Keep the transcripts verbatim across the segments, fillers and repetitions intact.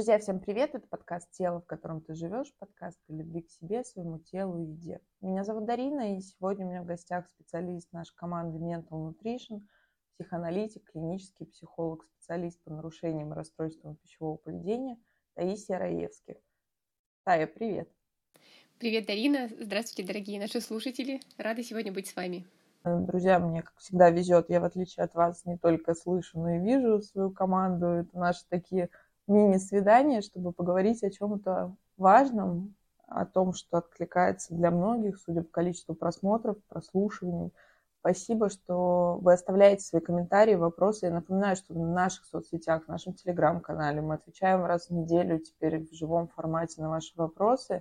Друзья, всем привет! Это подкаст «Тело, в котором ты живешь», подкаст о любви к себе, своему телу и еде. Меня зовут Дарина, и сегодня у меня в гостях специалист нашей команды Mental Nutrition, психоаналитик, клинический психолог, специалист по нарушениям и расстройствам пищевого поведения Таисия Раевских. Тая, привет! Привет, Дарина! Здравствуйте, дорогие наши слушатели! Рада сегодня быть с вами. Друзья, мне, как всегда, везет. Я, в отличие от вас, не только слышу, но и вижу свою команду. Это наши такие мини-свидания, чтобы поговорить о чем-то важном, о том, что откликается для многих, судя по количеству просмотров, прослушиваний. Спасибо, что вы оставляете свои комментарии, вопросы. Я напоминаю, что в наших соцсетях, в нашем телеграм-канале мы отвечаем раз в неделю теперь в живом формате на ваши вопросы.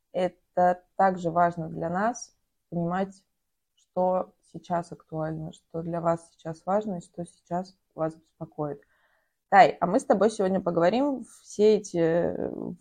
Это также важно для нас понимать, что сейчас актуально, что для вас сейчас важно и что сейчас вас беспокоит. Тай, а мы с тобой сегодня поговорим. Все эти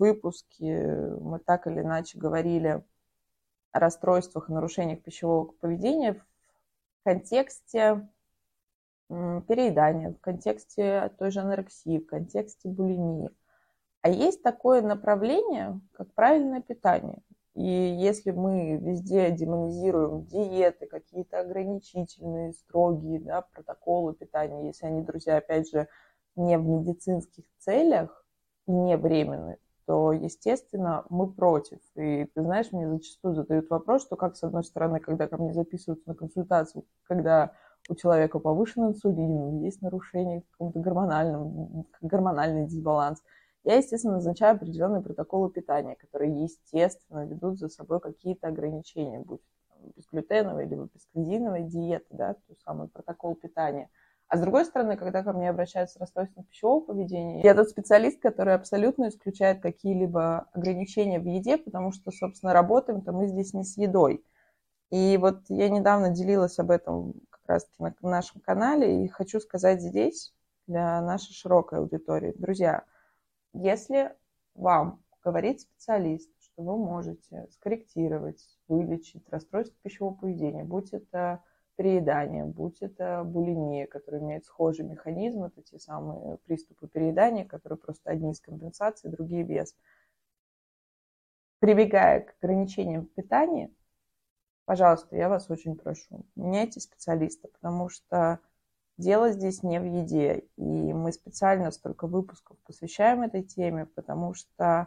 выпуски мы так или иначе говорили о расстройствах и нарушениях пищевого поведения в контексте переедания, в контексте той же анорексии, в контексте булимии. А есть такое направление, как правильное питание. И если мы везде демонизируем диеты, какие-то ограничительные, строгие, да, протоколы питания, если они, друзья, опять же, не в медицинских целях и не временные, то, естественно, мы против. И ты знаешь, мне зачастую задают вопрос, что как, с одной стороны, когда ко мне записываются на консультацию, когда у человека повышен инсулин, есть нарушение в каком-то гормональном, гормональный дисбаланс, я, естественно, назначаю определенные протоколы питания, которые, естественно, ведут за собой какие-то ограничения, будь безглютеновой или бесказеиновой диеты, да, тот самый протокол питания. А с другой стороны, когда ко мне обращаются с расстройством пищевого поведения, я тот специалист, который абсолютно исключает какие-либо ограничения в еде, потому что, собственно, работаем-то мы здесь не с едой. И вот я недавно делилась об этом как раз-таки на нашем канале, и хочу сказать здесь для нашей широкой аудитории. Друзья, если вам говорит специалист, что вы можете скорректировать, вылечить расстройство пищевого поведения, будь это переедание, будь это булимия, которая имеет схожий механизм, это те самые приступы переедания, которые просто одни из компенсаций, другие без. Прибегая к ограничениям в питании, пожалуйста, я вас очень прошу, меняйте специалиста, потому что дело здесь не в еде, и мы специально столько выпусков посвящаем этой теме, потому что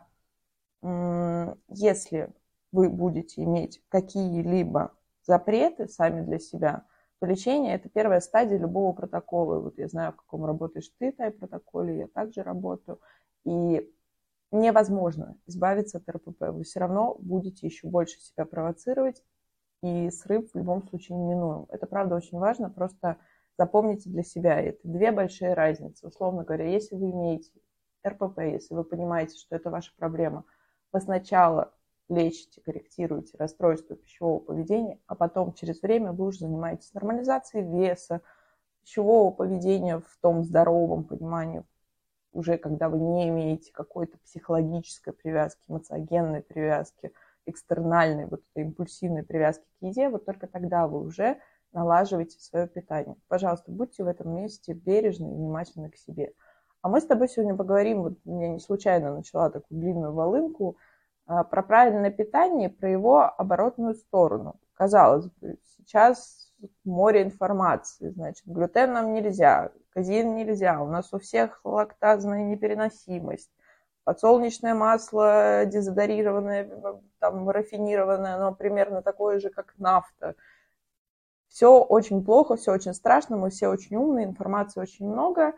м- если вы будете иметь какие-либо запреты сами для себя, то лечение – это первая стадия любого протокола. Вот я знаю, в каком работаешь ты, Тай, протоколе, я также работаю, и невозможно избавиться от эр пэ пэ. Вы все равно будете еще больше себя провоцировать, и срыв в любом случае неминуем. Это, правда, очень важно, просто запомните для себя. Это две большие разницы. Условно говоря, если вы имеете эр пэ пэ, если вы понимаете, что это ваша проблема, вы сначала лечите, корректируете расстройство пищевого поведения, а потом через время вы уже занимаетесь нормализацией веса, пищевого поведения в том здоровом понимании, уже когда вы не имеете какой-то психологической привязки, эмоциогенной привязки, экстернальной, вот этой импульсивной привязки к еде, вот только тогда вы уже налаживаете свое питание. Пожалуйста, будьте в этом месте бережны и внимательны к себе. А мы с тобой сегодня поговорим, вот я не случайно начала такую длинную волынку, про правильное питание, про его оборотную сторону. Казалось бы, сейчас море информации, значит, глютен нам нельзя, казеин нельзя, у нас у всех лактазная непереносимость, подсолнечное масло дезодорированное, там, рафинированное, оно примерно такое же, как нафта. Все очень плохо, все очень страшно, мы все очень умные, информации очень много.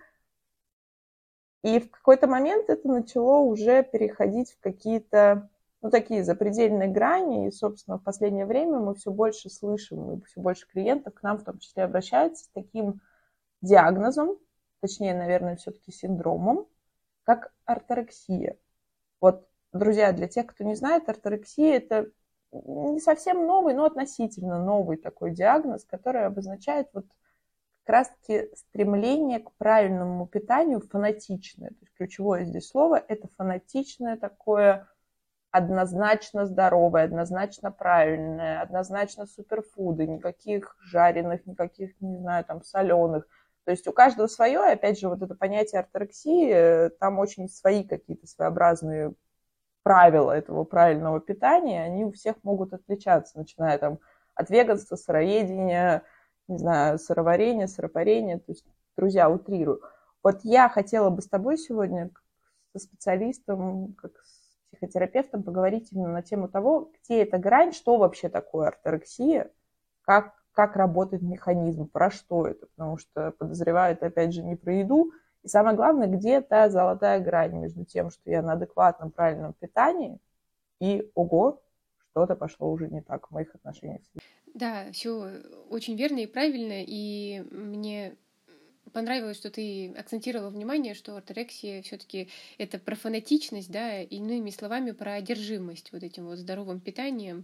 И в какой-то момент это начало уже переходить в какие-то, ну, такие запредельные грани. И, собственно, в последнее время мы все больше слышим, и все больше клиентов к нам в том числе обращаются с таким диагнозом, точнее, наверное, все-таки синдромом, как орторексия. Вот, друзья, для тех, кто не знает, орторексия – это не совсем новый, но относительно новый такой диагноз, который обозначает вот как раз-таки стремление к правильному питанию фанатичное. То есть ключевое здесь слово – это фанатичное такое однозначно здоровое, однозначно правильное, однозначно суперфуды, никаких жареных, никаких, не знаю, там, соленых. То есть у каждого свое, и опять же, вот это понятие орторексии, там очень свои какие-то своеобразные правила этого правильного питания, они у всех могут отличаться, начиная там от веганства, сыроедения, не знаю, сыроварения, сыропарения, то есть, друзья, утрирую. Вот я хотела бы с тобой сегодня, со специалистом, как с психотерапевтом, поговорить именно на тему того, где эта грань, что вообще такое орторексия, как, как работает механизм, про что это, потому что подозревают, опять же, не про еду. И самое главное, где та золотая грань между тем, что я на адекватном, правильном питании, и, ого, что-то пошло уже не так в моих отношениях. Да, все очень верно и правильно, и мне понравилось, что ты акцентировала внимание, что орторексия все-таки это про фанатичность, да, иными словами, про одержимость вот этим вот здоровым питанием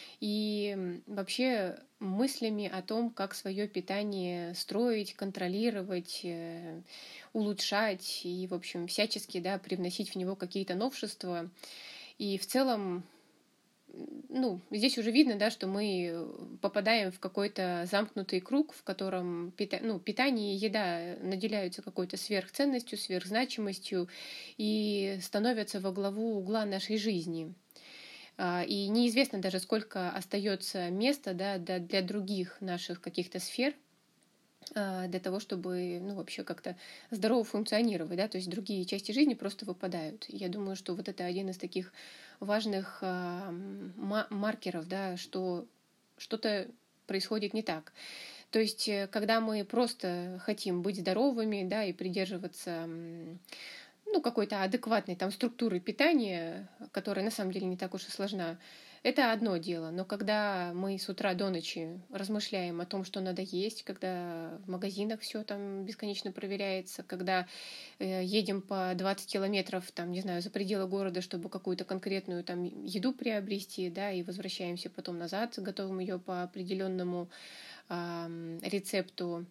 и вообще мыслями о том, как свое питание строить, контролировать, э, улучшать и, в общем, всячески, да, привносить в него какие-то новшества. И в целом, ну, здесь уже видно, да, что мы попадаем в какой-то замкнутый круг, в котором пита... ну, питание и еда наделяются какой-то сверхценностью, сверхзначимостью и становятся во главу угла нашей жизни. И неизвестно даже, сколько остается места, да, для других наших каких-то сфер, для того, чтобы, ну, вообще как-то здорово функционировать, да, то есть другие части жизни просто выпадают. И я думаю, что вот это один из таких важных а, маркеров, да, что что-то происходит не так. То есть, когда мы просто хотим быть здоровыми, да, и придерживаться, ну, какой-то адекватной там структуры питания, которая на самом деле не так уж и сложна, это одно дело. Но когда мы с утра до ночи размышляем о том, что надо есть, когда в магазинах все там бесконечно проверяется, когда э, едем по двадцать километров, там, не знаю, за пределы города, чтобы какую-то конкретную там еду приобрести, да, и возвращаемся потом назад, готовим ее по определенному э, рецепту.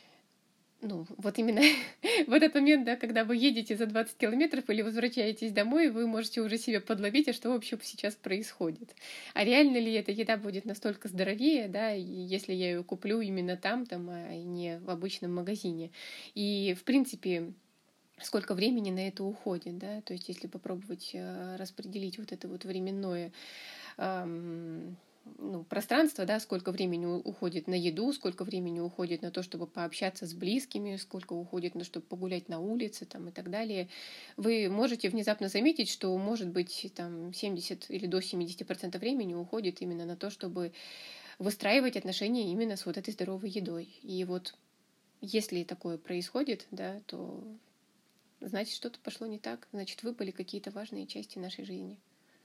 Ну, вот именно в этот момент, да, когда вы едете за двадцать километров или возвращаетесь домой, вы можете уже себе подловить, а что вообще сейчас происходит. А реально ли эта еда будет настолько здоровее, да, если я ее куплю именно там, там, а не в обычном магазине. И, в принципе, сколько времени на это уходит, да, то есть если попробовать распределить вот это вот временное эм, ну, пространство, да, сколько времени уходит на еду, сколько времени уходит на то, чтобы пообщаться с близкими, сколько уходит на то, чтобы погулять на улице там, и так далее, вы можете внезапно заметить, что, может быть, там семьдесят или до семидесяти процентов времени уходит именно на то, чтобы выстраивать отношения именно с вот этой здоровой едой. И вот если такое происходит, да, то значит, что-то пошло не так, значит, выпали какие-то важные части нашей жизни.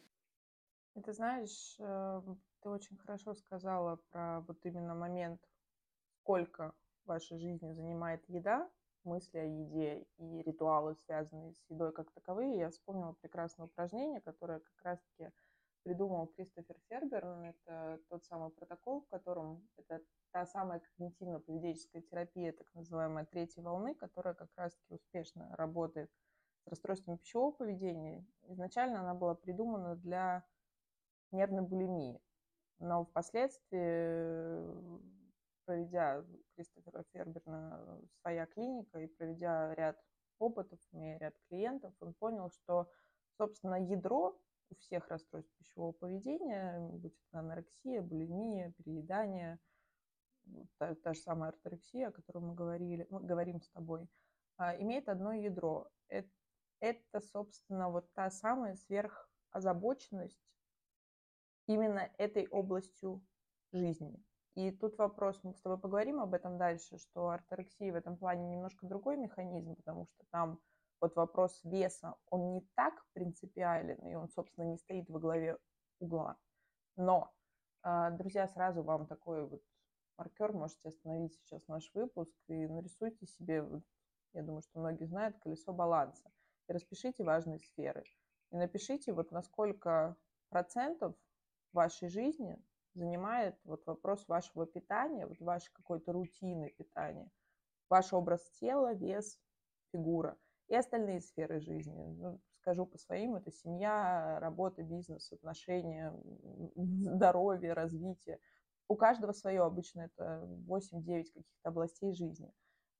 И ты знаешь, ты очень хорошо сказала про вот именно момент, сколько в вашей жизни занимает еда, мысли о еде и ритуалы, связанные с едой как таковые. Я вспомнила прекрасное упражнение, которое как раз-таки придумал Кристофер Фербер. Это тот самый протокол, в котором это та самая когнитивно-поведенческая терапия, так называемая третьей волны, которая как раз-таки успешно работает с расстройством пищевого поведения. Изначально она была придумана для нервной булимии, но впоследствии, проведя Кристофера Ферберна своя клиника и проведя ряд опытов, имея ряд клиентов, он понял, что, собственно, ядро у всех расстройств пищевого поведения, будь это анорексия, булимия, переедание, та, та же самая орторексия, о которой мы говорили, мы говорим с тобой, имеет одно ядро. Это, это, собственно, вот та самая сверхозабоченность именно этой областью жизни. И тут вопрос, мы с тобой поговорим об этом дальше, что орторексия в этом плане немножко другой механизм, потому что там вот вопрос веса, он не так принципиален, и он, собственно, не стоит во главе угла. Но, друзья, сразу вам такой вот маркер, можете остановить сейчас наш выпуск и нарисуйте себе, я думаю, что многие знают, колесо баланса, и распишите важные сферы. И напишите, вот на сколько процентов вашей жизни занимает вот вопрос вашего питания, вот вашей какой-то рутины питания, ваш образ тела, вес, фигура и остальные сферы жизни. Ну, скажу по своим, это семья, работа, бизнес, отношения, здоровье, развитие. У каждого свое, обычно это восемь-девять каких-то областей жизни.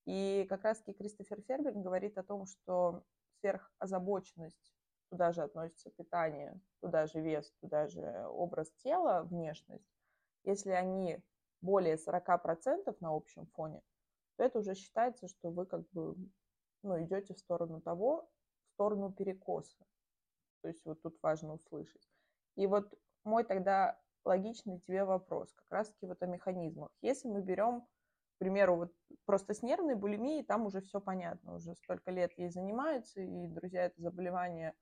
И как раз-таки Кристофер Ферберг говорит о том, что сверхозабоченность, туда же относится питание, туда же вес, туда же образ тела, внешность, если они более сорок процентов на общем фоне, то это уже считается, что вы как бы ну, идете в сторону того, в сторону перекоса. То есть вот тут важно услышать. И вот мой тогда логичный тебе вопрос, как раз-таки вот о механизмах. Если мы берем, к примеру, вот просто с нервной булимией, там уже все понятно, уже столько лет ей занимаются, и, друзья, это заболевание,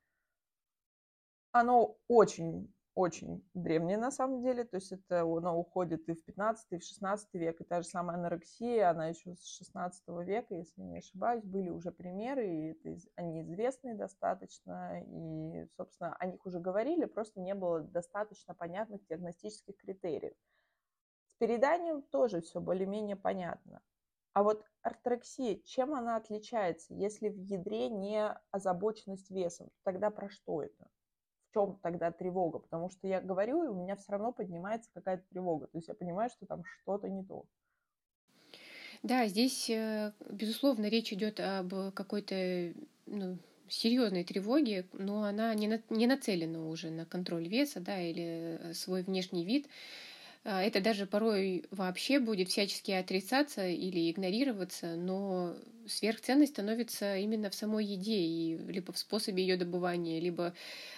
оно очень очень древнее на самом деле, то есть это оно уходит и в пятнадцатый, и в шестнадцатый век, и та же самая анорексия, она еще с шестнадцатого века, если не ошибаюсь, были уже примеры, и это, они известные достаточно, и, собственно, о них уже говорили, просто не было достаточно понятных диагностических критериев. С перееданием тоже все более-менее понятно. А вот орторексия, чем она отличается, если в ядре не озабоченность весом? Тогда про что это? В чем тогда тревога? Потому что я говорю, и у меня все равно поднимается какая-то тревога. То есть я понимаю, что там что-то не то. Да, здесь, э, безусловно, речь идет об какой-то ну, серьезной тревоге, но она не, на- не нацелена уже на контроль веса, да, или э, свой внешний вид. А, Это даже порой вообще будет всячески отрицаться или игнорироваться, но сверхценность становится именно в самой еде, и либо в способе ее добывания, либо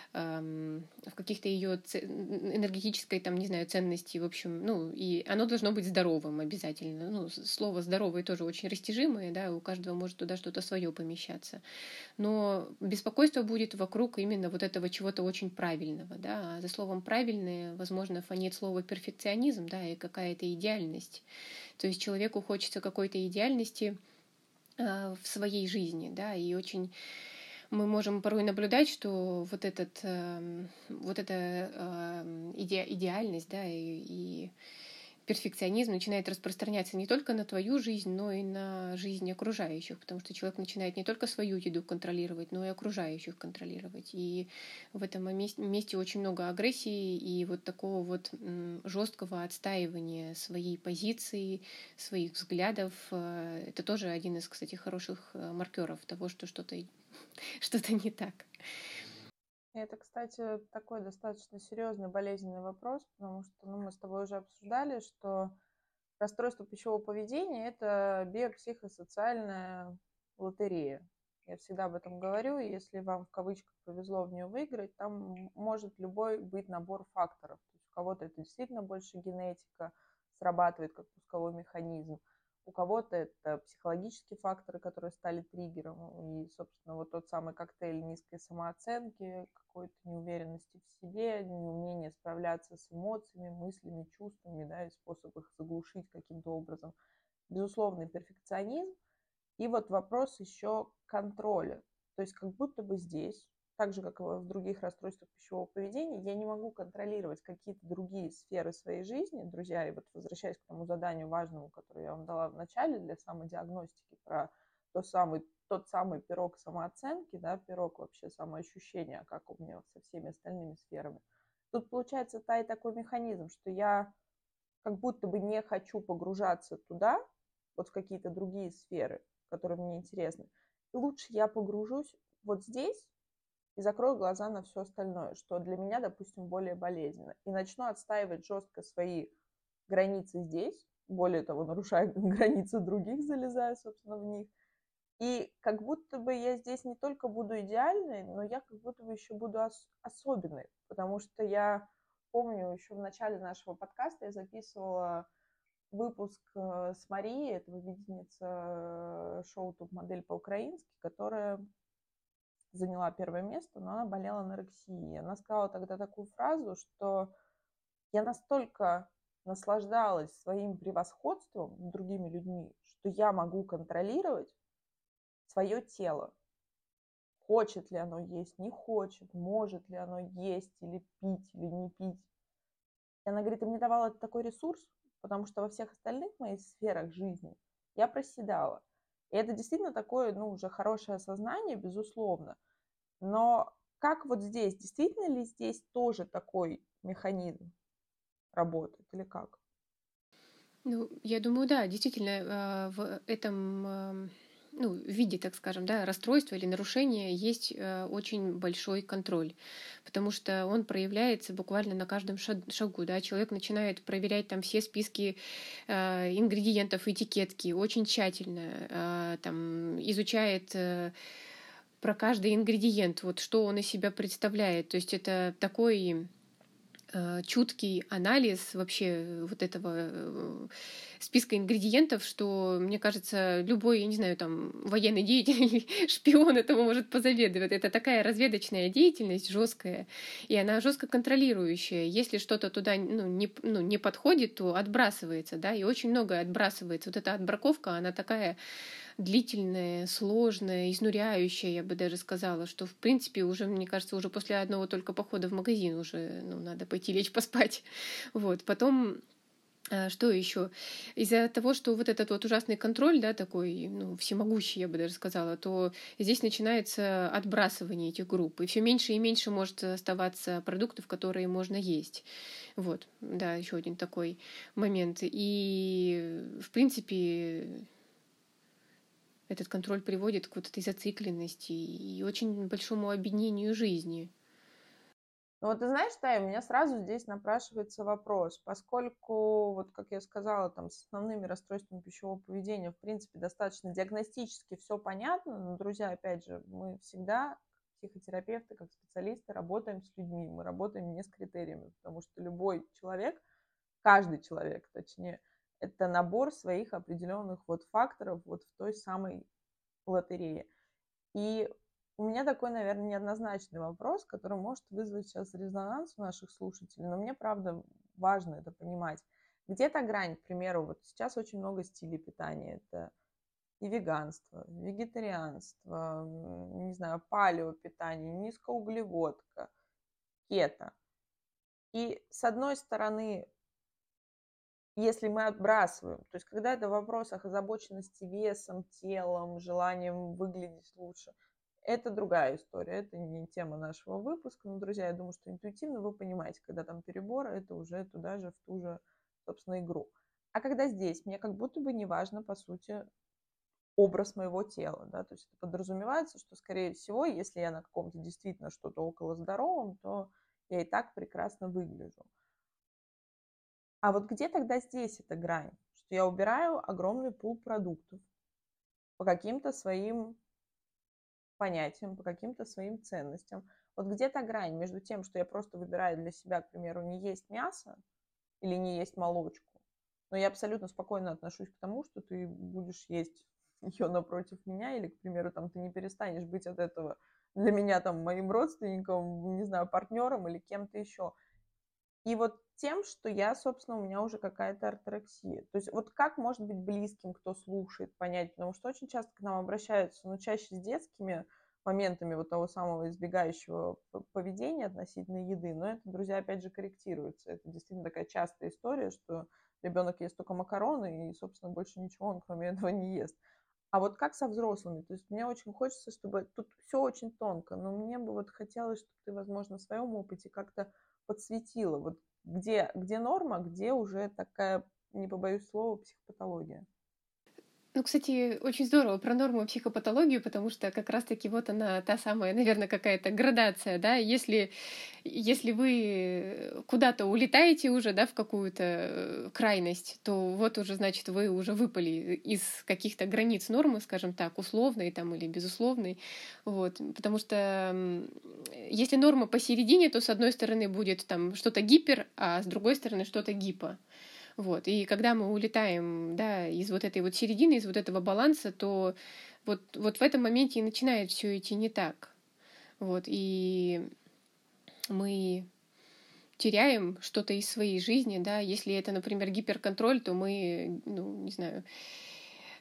ам, в каких-то ее энергетической, там, не знаю, ценности, в общем, ну, и оно должно быть здоровым обязательно. Ну, с- слово «здоровый» тоже очень растяжимое, да, у каждого может туда что-то свое помещаться. Но беспокойство будет вокруг именно вот этого чего-то очень правильного, да, а за словом «правильное», возможно, фонит слово «перфекционизм», да, и какая-то идеальность. То есть человеку хочется какой-то идеальности а, в своей жизни, да, и очень мы можем порой наблюдать, что вот этот, эм, вот эта эм, иде- идеальность, да, и, и перфекционизм начинает распространяться не только на твою жизнь, но и на жизнь окружающих, потому что человек начинает не только свою еду контролировать, но и окружающих контролировать. И в этом мес- месте очень много агрессии и вот такого вот м, жесткого отстаивания своей позиции, своих взглядов. Э, Это тоже один из, кстати, хороших э, маркеров того, что что-то что-то не так. И это, кстати, такой достаточно серьезный болезненный вопрос, потому что ну, мы с тобой уже обсуждали, что расстройство пищевого поведения – это биопсихосоциальная лотерея. Я всегда об этом говорю, и если вам в кавычках повезло в нее выиграть, там может любой быть набор факторов. То есть у кого-то это действительно больше генетика, срабатывает как пусковой механизм, у кого-то это психологические факторы, которые стали триггером, и, собственно, вот тот самый коктейль низкой самооценки, какой-то неуверенности в себе, неумение справляться с эмоциями, мыслями, чувствами, да, и способ их заглушить каким-то образом. Безусловный перфекционизм. И вот вопрос еще контроля. То есть как будто бы здесь, так же, как и в других расстройствах пищевого поведения, я не могу контролировать какие-то другие сферы своей жизни, друзья. И вот возвращаясь к тому заданию важному, которое я вам дала в начале для самодиагностики, про тот самый, тот самый пирог самооценки, да, пирог вообще самоощущения, как у меня со всеми остальными сферами. Тут получается та и такой механизм, что я как будто бы не хочу погружаться туда, вот в какие-то другие сферы, которые мне интересны. И лучше я погружусь вот здесь и закрою глаза на все остальное, что для меня, допустим, более болезненно. И начну отстаивать жестко свои границы здесь, более того, нарушая границы других, залезая, собственно, в них. И как будто бы я здесь не только буду идеальной, но я как будто бы еще буду ос- особенной, потому что я помню еще в начале нашего подкаста я записывала выпуск э, с Марией, это победительница э, шоу «Топ-модель» по-украински, которая заняла первое место, но она болела анорексией. Она сказала тогда такую фразу, что я настолько наслаждалась своим превосходством над другими людьми, что я могу контролировать свое тело. Хочет ли оно есть, не хочет, может ли оно есть или пить, или не пить. И она говорит, ты мне давала такой ресурс, потому что во всех остальных моих сферах жизни я проседала. И это действительно такое, ну, уже хорошее осознание, безусловно. Но как вот здесь, действительно ли здесь тоже такой механизм работает или как? Ну, я думаю, да, действительно, а, в этом, ам, ну, виде, так скажем, да, расстройства или нарушения есть э, очень большой контроль, потому что он проявляется буквально на каждом ша- шагу, да, человек начинает проверять там все списки э, ингредиентов, этикетки очень тщательно, э, там изучает э, про каждый ингредиент, вот что он из себя представляет, то есть это такой э, чуткий анализ вообще вот этого э, списка ингредиентов, что, мне кажется, любой, я не знаю, там, военный деятель или шпион этому может позавидовать. Это такая разведочная деятельность жесткая, и она жестко контролирующая. Если что-то туда ну, не, ну, не подходит, то отбрасывается, да, и очень многое отбрасывается. Вот эта отбраковка, она такая длительная, сложная, изнуряющая, я бы даже сказала, что, в принципе, уже, мне кажется, уже после одного только похода в магазин уже ну, надо пойти лечь поспать. Вот. Потом а, что еще? Из-за того, что вот этот вот ужасный контроль, да, такой, ну, всемогущий, я бы даже сказала, то здесь начинается отбрасывание этих групп, и все меньше и меньше может оставаться продуктов, которые можно есть. Вот, да, еще один такой момент. И, в принципе, этот контроль приводит к вот этой зацикленности и очень большому обеднению жизни. Ну вот ты знаешь, Тая, у меня сразу здесь напрашивается вопрос, поскольку, вот как я сказала, там с основными расстройствами пищевого поведения, в принципе, достаточно диагностически все понятно, но, друзья, опять же, мы всегда, как психотерапевты, как специалисты, работаем с людьми, мы работаем не с критериями, потому что любой человек, каждый человек, точнее, это набор своих определенных вот факторов вот в той самой лотерее. И у меня такой, наверное, неоднозначный вопрос, который может вызвать сейчас резонанс у наших слушателей, но мне, правда, важно это понимать. Где та грань, к примеру, вот сейчас очень много стилей питания. Это и веганство, вегетарианство, не знаю, палеопитание, низкоуглеводка, кето. И с одной стороны, если мы отбрасываем, то есть когда это в вопросах озабоченности весом, телом, желанием выглядеть лучше, это другая история, это не тема нашего выпуска. Но, друзья, я думаю, что интуитивно вы понимаете, когда там переборы, это уже туда же, в ту же, собственно, игру. А когда здесь, мне как будто бы не важно, по сути, образ моего тела, да, то есть это подразумевается, что, скорее всего, если я на каком-то действительно что-то около здоровом, то я и так прекрасно выгляжу. А вот где тогда здесь эта грань? Что я убираю огромный пул продуктов по каким-то своим понятиям, по каким-то своим ценностям. Вот где та грань между тем, что я просто выбираю для себя, к примеру, не есть мясо или не есть молочку, но я абсолютно спокойно отношусь к тому, что ты будешь есть ее напротив меня, или, к примеру, там ты не перестанешь быть от этого для меня там моим родственником, не знаю, партнером или кем-то еще. И вот тем, что я, собственно, у меня уже какая-то орторексия. То есть вот как может быть близким, кто слушает, понять? Потому что очень часто к нам обращаются, но чаще с детскими моментами вот того самого избегающего поведения относительно еды. Но это, друзья, опять же, корректируется. Это действительно такая частая история, что ребенок ест только макароны и, собственно, больше ничего он кроме этого не ест. А вот как со взрослыми? То есть мне очень хочется, чтобы тут все очень тонко, но мне бы вот хотелось, чтобы ты, возможно, в своем опыте как-то подсветила, вот где, где норма, где уже такая, не побоюсь слова, психопатология. Ну, кстати, очень здорово про норму и психопатологию, потому что как раз-таки вот она, та самая, наверное, какая-то градация, да, если, если вы куда-то улетаете уже, да, в какую-то э, крайность, то вот уже, значит, вы уже выпали из каких-то границ нормы, скажем так, условной там или безусловной, вот, потому что если норма посередине, то с одной стороны будет там что-то гипер, а с другой стороны что-то гипо. Вот. И когда мы улетаем, да, из вот этой вот середины, из вот этого баланса, то вот, вот в этом моменте и начинает все идти не так. Вот. И мы теряем что-то из своей жизни, да, если это, например, гиперконтроль, то мы, ну, не знаю,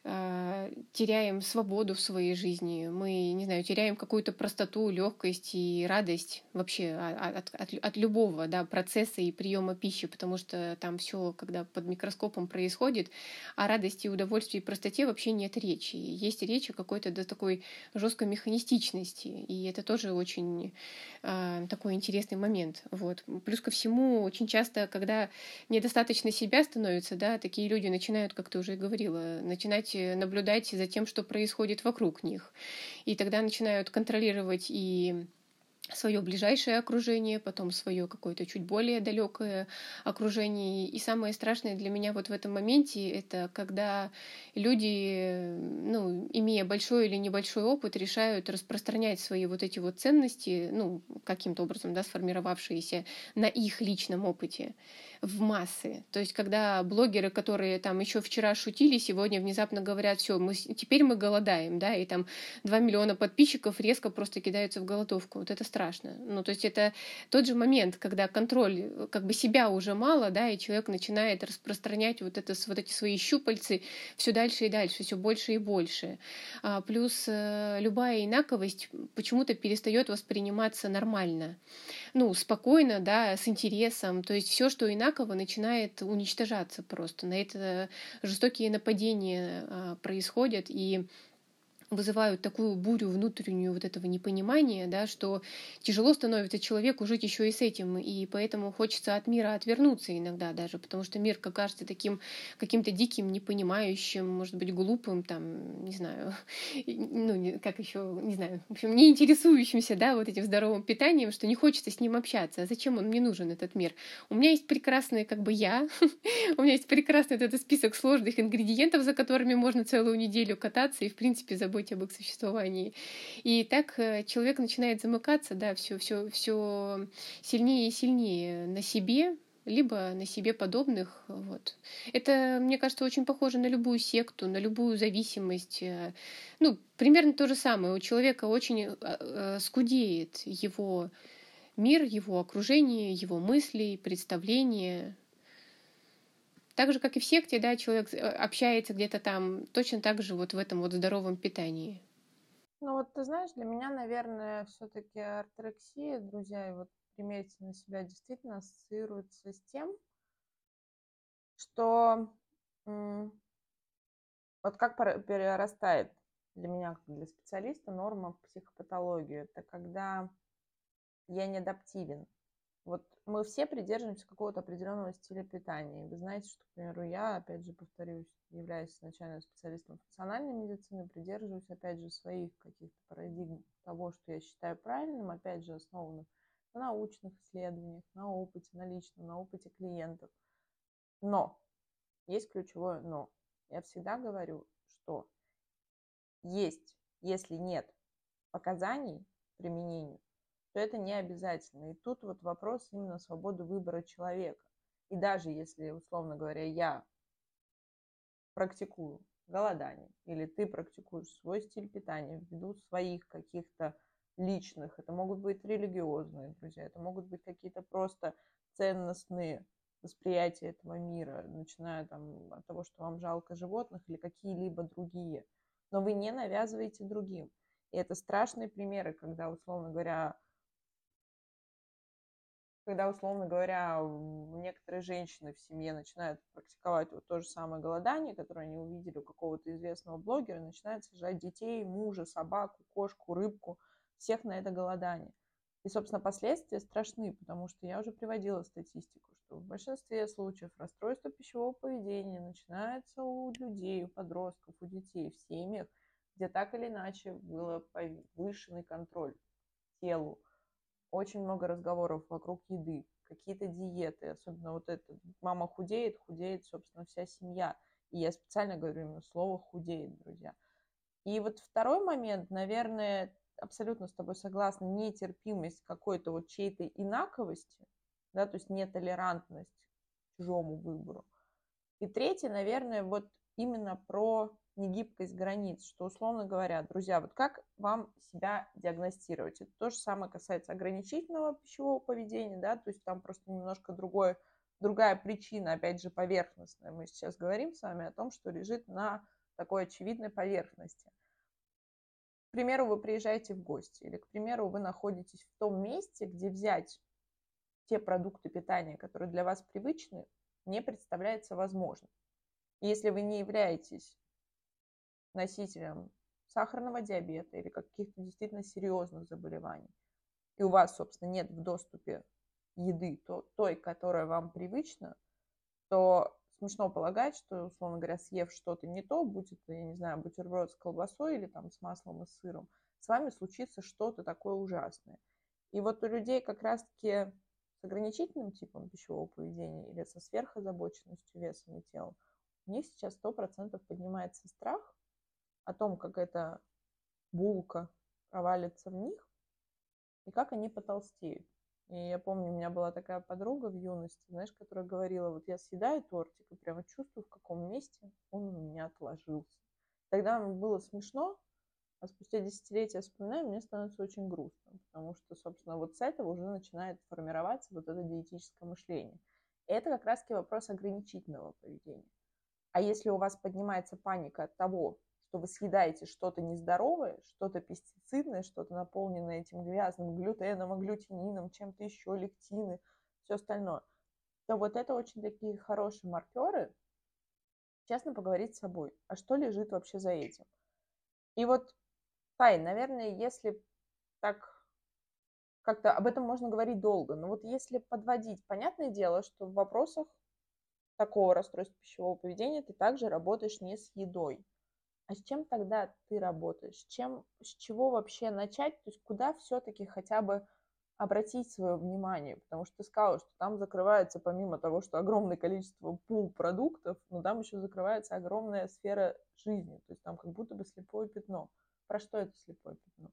э, теряем свободу в своей жизни, мы, не знаю, теряем какую-то простоту, легкость и радость вообще а- от, от, от любого, да, процесса и приема пищи, потому что там все, когда под микроскопом происходит, о радости, удовольствии и простоте вообще нет речи. Есть речь о какой-то да, такой жесткой механистичности, и это тоже очень э, такой интересный момент. Вот. Плюс ко всему, очень часто, когда недостаточно себя становится, да, такие люди начинают, как ты уже говорила, начинать э, наблюдать за тем, что происходит вокруг них. И тогда начинают контролировать и свое ближайшее окружение, потом свое какое-то чуть более далекое окружение. И самое страшное для меня вот в этом моменте это когда люди, ну, имея большой или небольшой опыт, решают распространять свои вот эти вот ценности, ну, каким-то образом, да, сформировавшиеся на их личном опыте в массы. То есть, когда блогеры, которые там еще вчера шутили, сегодня внезапно говорят, все, мы, теперь мы голодаем, да, и там два миллиона подписчиков резко просто кидаются в голодовку. Вот это страшно. Ну, то есть это тот же момент, когда контроль, как бы себя уже мало, да, и человек начинает распространять вот, это, вот эти свои щупальцы все дальше и дальше, все больше и больше. А, плюс э, любая инаковость почему-то перестает восприниматься нормально. Ну, спокойно, да, с интересом. То есть все, что инаково, начинает уничтожаться просто. На это жестокие нападения а, происходят, и вызывают такую бурю внутреннюю вот этого непонимания, да, что тяжело становится человеку жить еще и с этим, и поэтому хочется от мира отвернуться иногда даже, потому что мир кажется таким каким-то диким, непонимающим, может быть, глупым, там, не знаю, ну, как еще, не знаю, в общем, не интересующимся, да, вот этим здоровым питанием, что не хочется с ним общаться. А зачем он мне нужен, этот мир? У меня есть прекрасный, как бы, я, у меня есть прекрасный этот список сложных ингредиентов, за которыми можно целую неделю кататься и, в принципе, забыть об их существовании. И так э, человек начинает замыкаться, да, все, все, все сильнее и сильнее на себе, либо на себе подобных. Вот. Это, мне кажется, очень похоже на любую секту, на любую зависимость. э. Ну, примерно то же самое. У человека очень э, э, скудеет его мир, его окружение, его мысли, представления. Так же, как и в секте, да, человек э, общается где-то там точно так же вот в этом вот здоровом питании. Ну вот ты знаешь, для меня, наверное, все-таки орторексия, друзья, и вот примерьте на себя, действительно ассоциируется с тем, что м, вот как пора- перерастает для меня, как для специалиста, норма в психопатологию. Это когда я не адаптивен. Вот мы все придерживаемся какого-то определенного стиля питания. И вы знаете, что, к примеру, я, опять же, повторюсь, являюсь изначально специалистом функциональной медицины, придерживаюсь, опять же, своих каких-то парадигм того, что я считаю правильным, опять же, основанных на научных исследованиях, на опыте, на личном, на опыте клиентов. Но есть ключевое но. Я всегда говорю, что есть, если нет показаний к применению, то это не обязательно. И тут вот вопрос именно свободы выбора человека. И даже если, условно говоря, я практикую голодание, или ты практикуешь свой стиль питания ввиду своих каких-то личных, это могут быть религиозные друзья, это могут быть какие-то просто ценностные восприятия этого мира, начиная там от того, что вам жалко животных или какие-либо другие. Но вы не навязываете другим. И это страшные примеры, когда, условно говоря, когда, условно говоря, некоторые женщины в семье начинают практиковать вот то же самое голодание, которое они увидели у какого-то известного блогера, и начинают сажать детей, мужа, собаку, кошку, рыбку, всех на это голодание. И, собственно, последствия страшны, потому что я уже приводила статистику, что в большинстве случаев расстройство пищевого поведения начинается у людей, у подростков, у детей в семьях, где так или иначе был повышенный контроль телу, очень много разговоров вокруг еды, какие-то диеты, особенно вот это, мама худеет, худеет, собственно, вся семья. И я специально говорю именно слово худеет, друзья. И вот второй момент, наверное, абсолютно с тобой согласна, нетерпимость какой-то вот чьей-то инаковости, да, то есть нетолерантность к чужому выбору. И третье, наверное, вот именно про негибкость границ, что, условно говоря, друзья, вот как вам себя диагностировать? Это то же самое касается ограничительного пищевого поведения, да, то есть там просто немножко другой, другая причина, опять же, поверхностная. Мы сейчас говорим с вами о том, что лежит на такой очевидной поверхности. К примеру, вы приезжаете в гости, или, к примеру, вы находитесь в том месте, где взять те продукты питания, которые для вас привычны, не представляется возможным. Если вы не являетесь носителем сахарного диабета или каких-то действительно серьезных заболеваний, и у вас, собственно, нет в доступе еды, то, той, которая вам привычна, то смешно полагать, что, условно говоря, съев что-то не то, будь это, я не знаю, бутерброд с колбасой или там с маслом и сыром, с вами случится что-то такое ужасное. И вот у людей как раз-таки с ограничительным типом пищевого поведения или со сверхозабоченностью весом и телом, у них сейчас сто процентов поднимается страх о том, как эта булка провалится в них и как они потолстеют. И я помню, у меня была такая подруга в юности, знаешь, которая говорила, вот я съедаю тортик и прямо чувствую, в каком месте он у меня отложился. Тогда мне было смешно, а спустя десятилетия вспоминаю, мне становится очень грустно, потому что, собственно, вот с этого уже начинает формироваться вот это диетическое мышление. И это как раз-таки вопрос ограничительного поведения. А если у вас поднимается паника от того, что вы съедаете что-то нездоровое, что-то пестицидное, что-то наполненное этим грязным глютеном, агглютинином, чем-то еще, лектины, все остальное, то вот это очень такие хорошие маркеры, честно поговорить с собой. А что лежит вообще за этим? И вот, Тань, наверное, если так как-то об этом можно говорить долго, но вот если подводить, понятное дело, что в вопросах такого расстройства пищевого поведения ты также работаешь не с едой. А с чем тогда ты работаешь? С чем, с чего вообще начать? То есть куда все-таки хотя бы обратить свое внимание? Потому что ты сказала, что там закрывается, помимо того, что огромное количество пул продуктов, но там еще закрывается огромная сфера жизни. То есть там как будто бы слепое пятно. Про что это слепое пятно?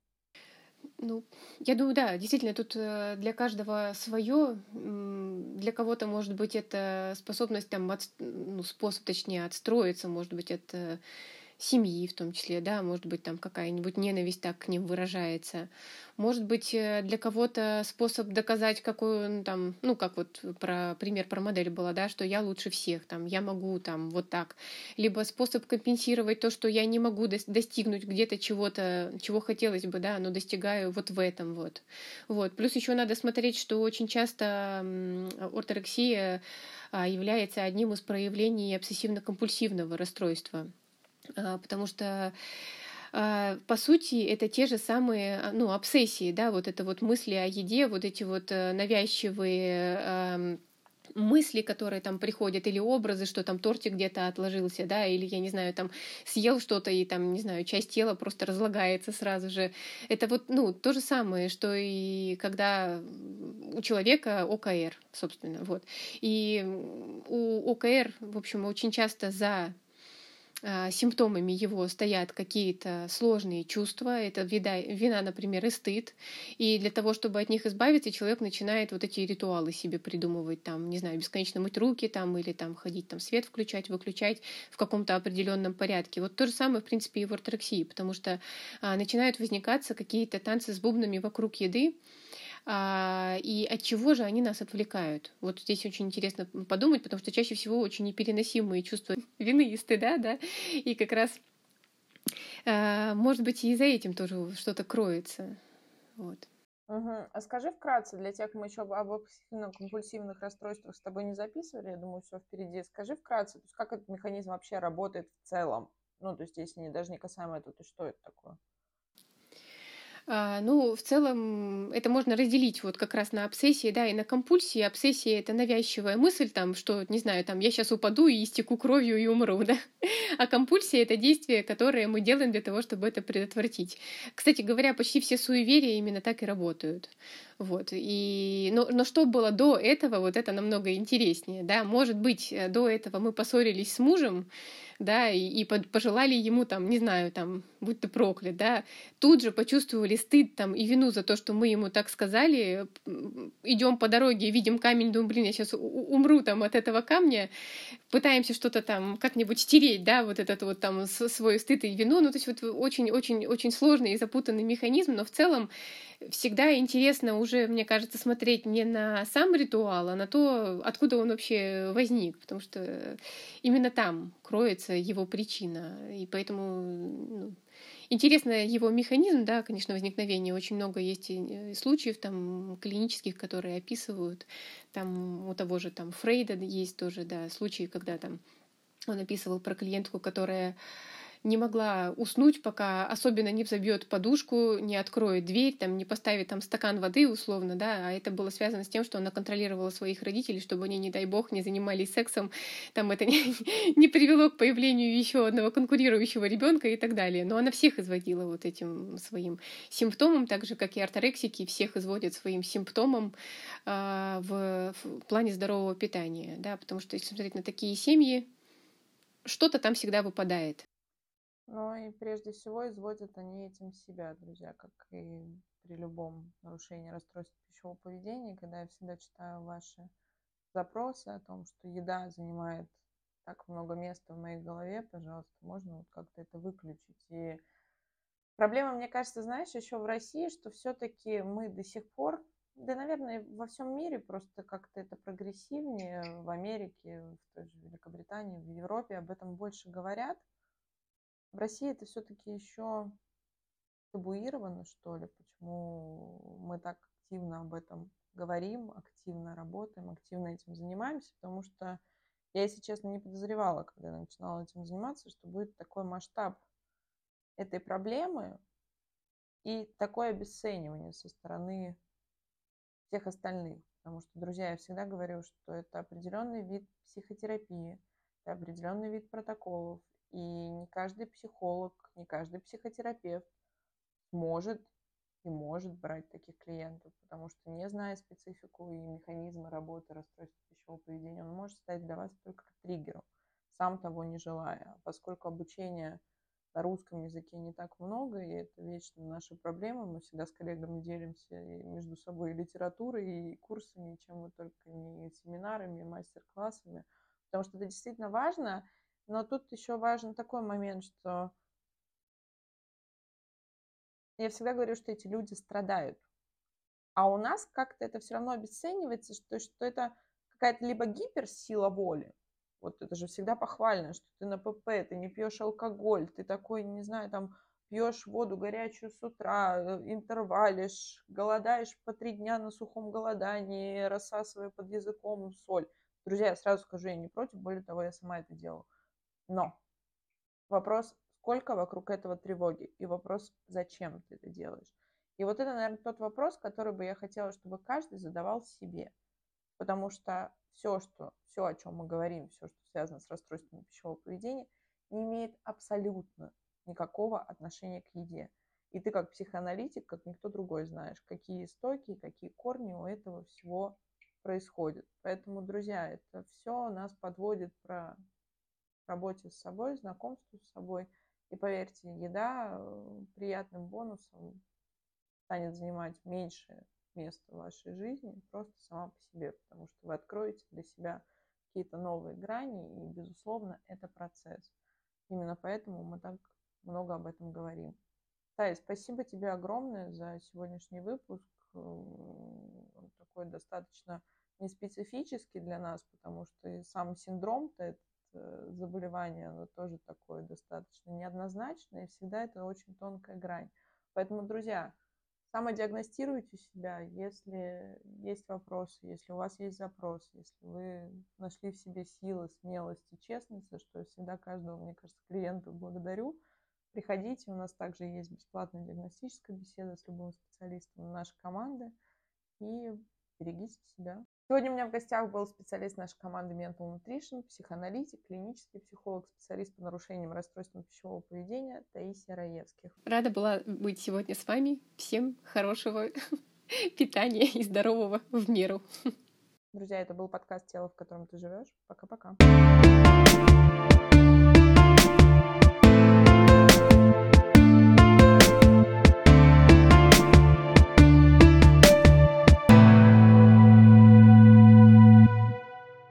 Ну, я думаю, да, действительно, тут э, для каждого свое. Для кого-то, может быть, это способность там, от, ну, способ, точнее, отстроиться, может быть, это семьи в том числе, да, может быть, там какая-нибудь ненависть так к ним выражается. Может быть, для кого-то способ доказать, какой он там, ну, как вот про пример про модель была, да, что я лучше всех, там, я могу там вот так. Либо способ компенсировать то, что я не могу достигнуть где-то чего-то, чего хотелось бы, да, но достигаю вот в этом вот. Вот. Плюс еще надо смотреть, что очень часто орторексия является одним из проявлений обсессивно-компульсивного расстройства. Потому что, по сути, это те же самые, ну, обсессии, да, вот это вот мысли о еде, вот эти вот навязчивые мысли, которые там приходят, или образы, что там тортик где-то отложился, да, или, я не знаю, там съел что-то, и там, не знаю, часть тела просто разлагается сразу же. Это вот, ну, то же самое, что и когда у человека о ка эр, собственно, вот. И у о ка эр, в общем, очень часто за симптомами его стоят какие-то сложные чувства, это вина, вина, например, и стыд. И для того, чтобы от них избавиться, человек начинает вот эти ритуалы себе придумывать, там, не знаю, бесконечно мыть руки, там, или там ходить, там, свет включать, выключать в каком-то определенном порядке. Вот то же самое, в принципе, и в орторексии, потому что а, начинают возникаться какие-то танцы с бубнами вокруг еды, и от чего же они нас отвлекают? Вот здесь очень интересно подумать, потому что чаще всего очень непереносимые чувства вины и стыда, да, и как раз, может быть, и за этим тоже что-то кроется. Вот. Угу. А скажи вкратце, для тех, мы еще об обсессивно-компульсивных расстройствах с тобой не записывали, я думаю, все впереди. Скажи вкратце, то есть как этот механизм вообще работает в целом? Ну, то есть если не, даже не касаемо этого, то что это такое? Ну, в целом, это можно разделить вот как раз на обсессии, да, и на компульсии. Обсессия — это навязчивая мысль, там, что, не знаю, там, я сейчас упаду и истеку кровью и умру, да. А компульсия — это действия, которые мы делаем для того, чтобы это предотвратить. Кстати говоря, почти все суеверия именно так и работают. Вот. И, но, но что было до этого, вот это намного интереснее, да. Может быть, до этого мы поссорились с мужем, да, и, и пожелали ему, там, не знаю, там, будь ты проклят, да, тут же почувствовали стыд там и вину за то, что мы ему так сказали, идем по дороге, видим камень, думаем, блин, я сейчас умру там от этого камня, пытаемся что-то там как-нибудь стереть, да, вот этот вот там свой стыд и вину. Ну, то есть вот очень-очень-очень сложный и запутанный механизм, но в целом всегда интересно уже, мне кажется, смотреть не на сам ритуал, а на то, откуда он вообще возник, потому что именно там кроется его причина. И поэтому ну, интересно его механизм, да, конечно, возникновения. Очень много есть случаев там клинических, которые описывают. Там у того же там Фрейда есть тоже, да, случаи, когда там он описывал про клиентку, которая не могла уснуть, пока особенно не взобьет подушку, не откроет дверь, там, не поставит там стакан воды условно, да, а это было связано с тем, что она контролировала своих родителей, чтобы они, не дай бог, не занимались сексом, там это не, не привело к появлению еще одного конкурирующего ребенка и так далее. Но она всех изводила вот этим своим симптомом, так же, как и орторексики всех изводят своим симптомом э, в, в плане здорового питания, да, потому что если смотреть на такие семьи, что-то там всегда выпадает. Ну и прежде всего изводят они этим себя, друзья, как и при любом нарушении расстройства пищевого поведения, когда я всегда читаю ваши запросы о том, что еда занимает так много места в моей голове, пожалуйста, можно вот как-то это выключить. И проблема, мне кажется, знаешь, еще в России, что все-таки мы до сих пор, да, наверное, во всем мире просто как-то это прогрессивнее, в Америке, в той же Великобритании, в Европе об этом больше говорят. В России это все-таки еще табуировано, что ли, почему мы так активно об этом говорим, активно работаем, активно этим занимаемся, потому что я, если честно, не подозревала, когда я начинала этим заниматься, что будет такой масштаб этой проблемы и такое обесценивание со стороны всех остальных. Потому что, друзья, я всегда говорю, что это определенный вид психотерапии, это определенный вид протоколов, и не каждый психолог, не каждый психотерапевт может и может брать таких клиентов, потому что, не зная специфику и механизмы работы расстройства пищевого поведения, он может стать для вас только триггером, сам того не желая. А поскольку обучения на русском языке не так много, и это вечно наша проблема, мы всегда с коллегами делимся и между собой и литературой, и курсами, и чем мы только не семинарами, и мастер-классами, потому что это действительно важно, но тут еще важен такой момент, что я всегда говорю, что эти люди страдают. А у нас как-то это все равно обесценивается, что, что это какая-то либо гиперсила воли. Вот это же всегда похвально, что ты на ПП, ты не пьешь алкоголь, ты такой, не знаю, там пьешь воду горячую с утра, интервалишь, голодаешь по три дня на сухом голодании, рассасывая под языком соль. Друзья, я сразу скажу, я не против, более того, я сама это делала. Но вопрос, сколько вокруг этого тревоги, и вопрос, зачем ты это делаешь. И вот это, наверное, тот вопрос, который бы я хотела, чтобы каждый задавал себе. Потому что все, что, все, о чем мы говорим, все, что связано с расстройством пищевого поведения, не имеет абсолютно никакого отношения к еде. И ты как психоаналитик, как никто другой знаешь, какие истоки, какие корни у этого всего происходят. Поэтому, друзья, это все нас подводит про работе с собой, знакомству с собой. И поверьте, еда приятным бонусом станет занимать меньше места в вашей жизни просто сама по себе, потому что вы откроете для себя какие-то новые грани, и, безусловно, это процесс. Именно поэтому мы так много об этом говорим. Тая, спасибо тебе огромное за сегодняшний выпуск. Он такой достаточно неспецифический для нас, потому что и сам синдром-то, это заболевание, оно тоже такое достаточно неоднозначное, и всегда это очень тонкая грань. Поэтому, друзья, самодиагностируйте себя, если есть вопросы, если у вас есть запрос, если вы нашли в себе силы, смелость и честность, за что я всегда каждого, мне кажется, клиента благодарю. Приходите, у нас также есть бесплатная диагностическая беседа с любым специалистом нашей команды, и берегите себя. Сегодня у меня в гостях был специалист нашей команды Mental Nutrition, психоаналитик, клинический психолог, специалист по нарушениям и расстройствам пищевого поведения Таисия Раевских. Рада была быть сегодня с вами. Всем хорошего питания и здорового в меру. Друзья, это был подкаст «Тело, в котором ты живешь». Пока-пока.